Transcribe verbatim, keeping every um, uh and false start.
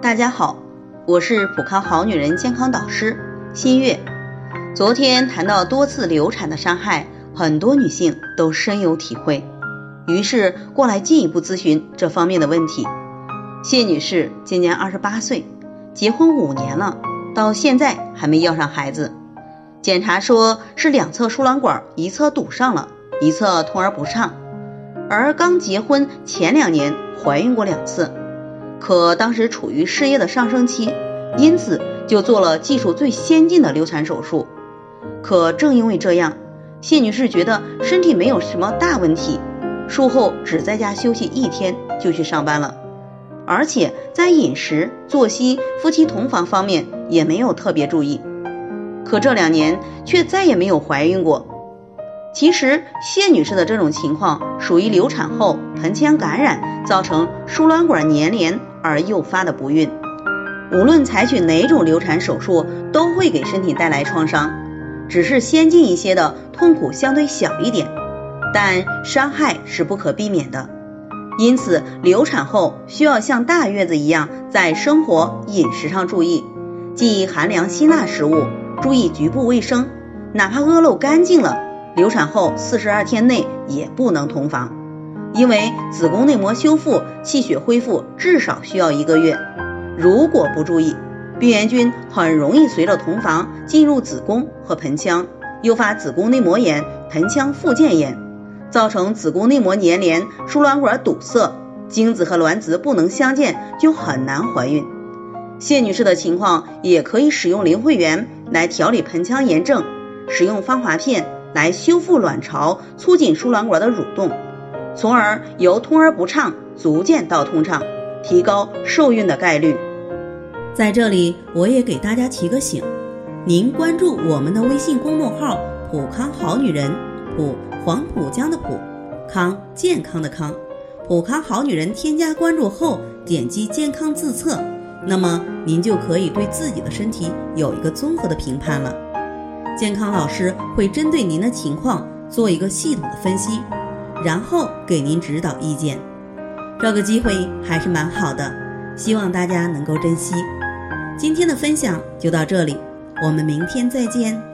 大家好，我是普康好女人健康导师新月。昨天谈到多次流产的伤害，很多女性都深有体会，于是过来进一步咨询这方面的问题。谢女士今年二十八岁，结婚五年了，到现在还没要上孩子。检查说是两侧输卵管一侧堵上了，一侧通而不畅。而刚结婚前两年怀孕过两次，可当时处于事业的上升期，因此就做了技术最先进的流产手术。可正因为这样，谢女士觉得身体没有什么大问题，术后只在家休息一天就去上班了，而且在饮食、作息、夫妻同房方面也没有特别注意。可这两年却再也没有怀孕过。其实谢女士的这种情况属于流产后盆腔感染造成输卵管粘连而诱发的不孕。无论采取哪种流产手术都会给身体带来创伤，只是先进一些的痛苦相对小一点，但伤害是不可避免的。因此流产后需要像大月子一样在生活饮食上注意，忌寒凉辛辣食物，注意局部卫生，哪怕屙漏干净了，流产后四十二天内也不能同房，因为子宫内膜修复、气血恢复至少需要一个月。如果不注意，病原菌很容易随着同房进入子宫和盆腔，诱发子宫内膜炎、盆腔附件炎，造成子宫内膜粘连、输卵管堵塞，精子和卵子不能相见，就很难怀孕。谢女士的情况也可以使用灵慧源来调理盆腔炎症，使用芳华片来修复卵巢，促进输卵管的蠕动，从而由通而不畅逐渐到通畅，提高受孕的概率。 在这里我也给大家提个醒，您关注我们的微信公众号普康好女人，普黄浦江的普，康健康的康，普康好女人添加关注后点击健康自测，那么您就可以对自己的身体有一个综合的评判了。健康老师会针对您的情况做一个系统的分析，然后给您指导意见。这个机会还是蛮好的，希望大家能够珍惜。今天的分享就到这里，我们明天再见。